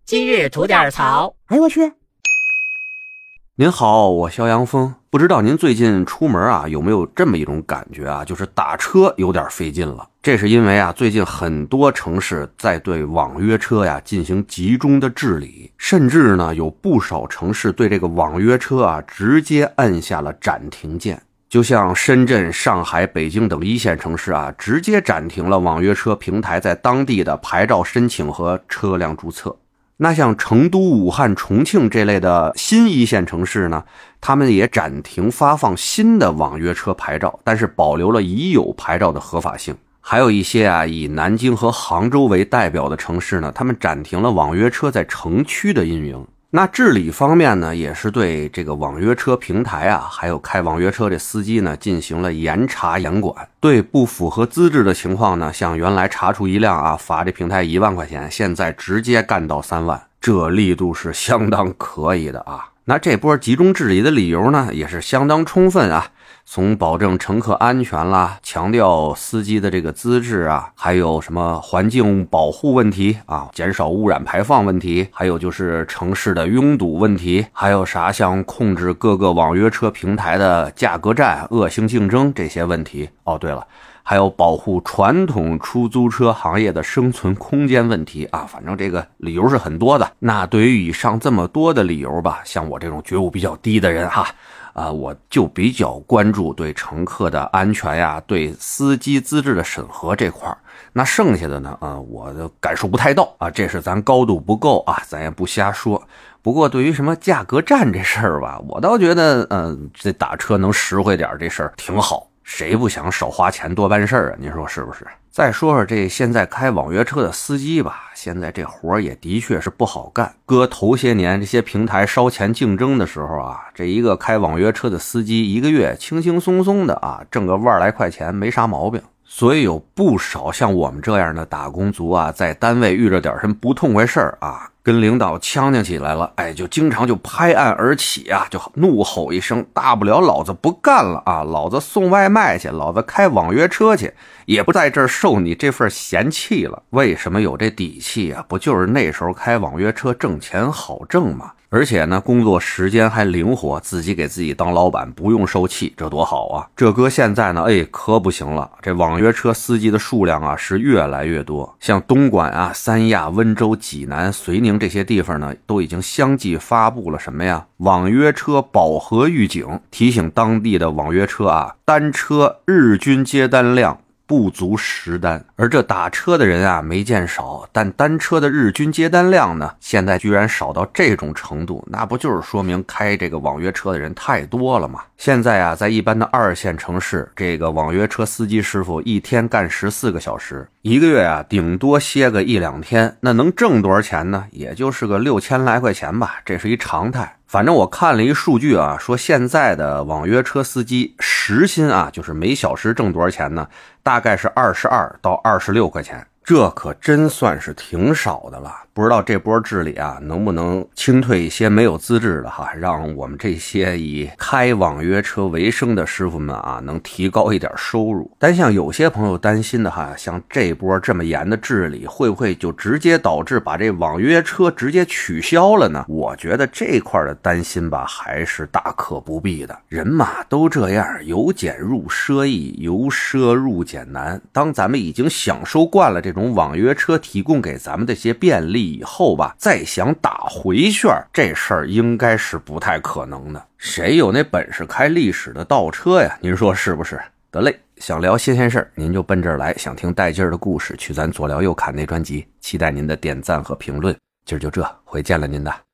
今日吐点槽。 哎我去！ 您好，我肖阳峰。不知道您最近出门啊有没有这么一种感觉啊，就是打车有点费劲了。这是因为啊最近很多城市在对网约车呀进行集中的治理，甚至呢有不少城市对这个网约车啊直接按下了暂停键。就像深圳、上海、北京等一线城市啊，直接暂停了网约车平台在当地的牌照申请和车辆注册。那像成都、武汉、重庆这类的新一线城市呢，他们也暂停发放新的网约车牌照，但是保留了已有牌照的合法性。还有一些啊，以南京和杭州为代表的城市呢，他们暂停了网约车在城区的运营。那治理方面呢，也是对这个网约车平台啊，还有开网约车的司机呢，进行了严查严管。对不符合资质的情况呢，像原来查处一辆啊，罚这平台1万块钱，现在直接干到3万，这力度是相当可以的啊。那这波集中治理的理由呢，也是相当充分啊。从保证乘客安全啦，强调司机的这个资质啊，还有什么环境保护问题啊，减少污染排放问题，还有就是城市的拥堵问题，还有啥像控制各个网约车平台的价格战、恶性竞争这些问题。哦，对了，还有保护传统出租车行业的生存空间问题啊，反正这个理由是很多的。那对于以上这么多的理由吧，像我这种觉悟比较低的人哈，我就比较关注对乘客的安全呀，对司机资质的审核这块。那剩下的呢，我的感受不太到啊，这是咱高度不够啊，咱也不瞎说。不过对于什么价格战这事儿吧，我倒觉得，这打车能实惠点这事儿挺好。谁不想少花钱多办事儿啊？您说是不是？再说说这现在开网约车的司机吧，现在这活也的确是不好干。搁头些年这些平台烧钱竞争的时候啊，这一个开网约车的司机一个月轻轻松松的啊，挣个万来块钱没啥毛病。所以有不少像我们这样的打工族啊，在单位遇着点什么不痛快事儿啊，跟领导呛起来了，就经常就拍案而起啊，就怒吼一声，大不了老子不干了啊，老子送外卖去，老子开网约车去，也不在这儿受你这份嫌弃了。为什么有这底气啊？不就是那时候开网约车挣钱好挣吗？而且呢，工作时间还灵活，自己给自己当老板，不用受气，这多好啊！这搁现在呢，可不行了。这网约车司机的数量啊是越来越多，像东莞啊、三亚、温州、济南、遂宁这些地方呢，都已经相继发布了什么呀？网约车饱和预警，提醒当地的网约车啊，单车日均接单量不足10单。而这打车的人啊没见少，但单车的日均接单量呢，现在居然少到这种程度，那不就是说明开这个网约车的人太多了吗？现在啊，在一般的2线城市，这个网约车司机师傅一天干14个小时，一个月啊顶多歇个1-2天，那能挣多少钱呢？也就是个6000来块钱吧，这是一常态。反正我看了一数据啊，说现在的网约车司机时薪啊，就是每小时挣多少钱呢？大概是22到26块钱，这可真算是挺少的了。不知道这波治理啊，能不能清退一些没有资质的哈，让我们这些以开网约车为生的师傅们啊，能提高一点收入。但像有些朋友担心的哈，像这波这么严的治理，会不会就直接导致把这网约车直接取消了呢？我觉得这块的担心吧，还是大可不必的。人嘛都这样，由俭入奢易，由奢入俭难。当咱们已经享受惯了这种网约车提供给咱们的些便利以后吧，再想打回旋，这事儿应该是不太可能的。谁有那本事开历史的倒车呀？您说是不是？得嘞，想聊新鲜事儿，您就奔这儿来；想听带劲儿的故事，去咱左聊右侃那专辑。期待您的点赞和评论。今儿就这，回见了您的。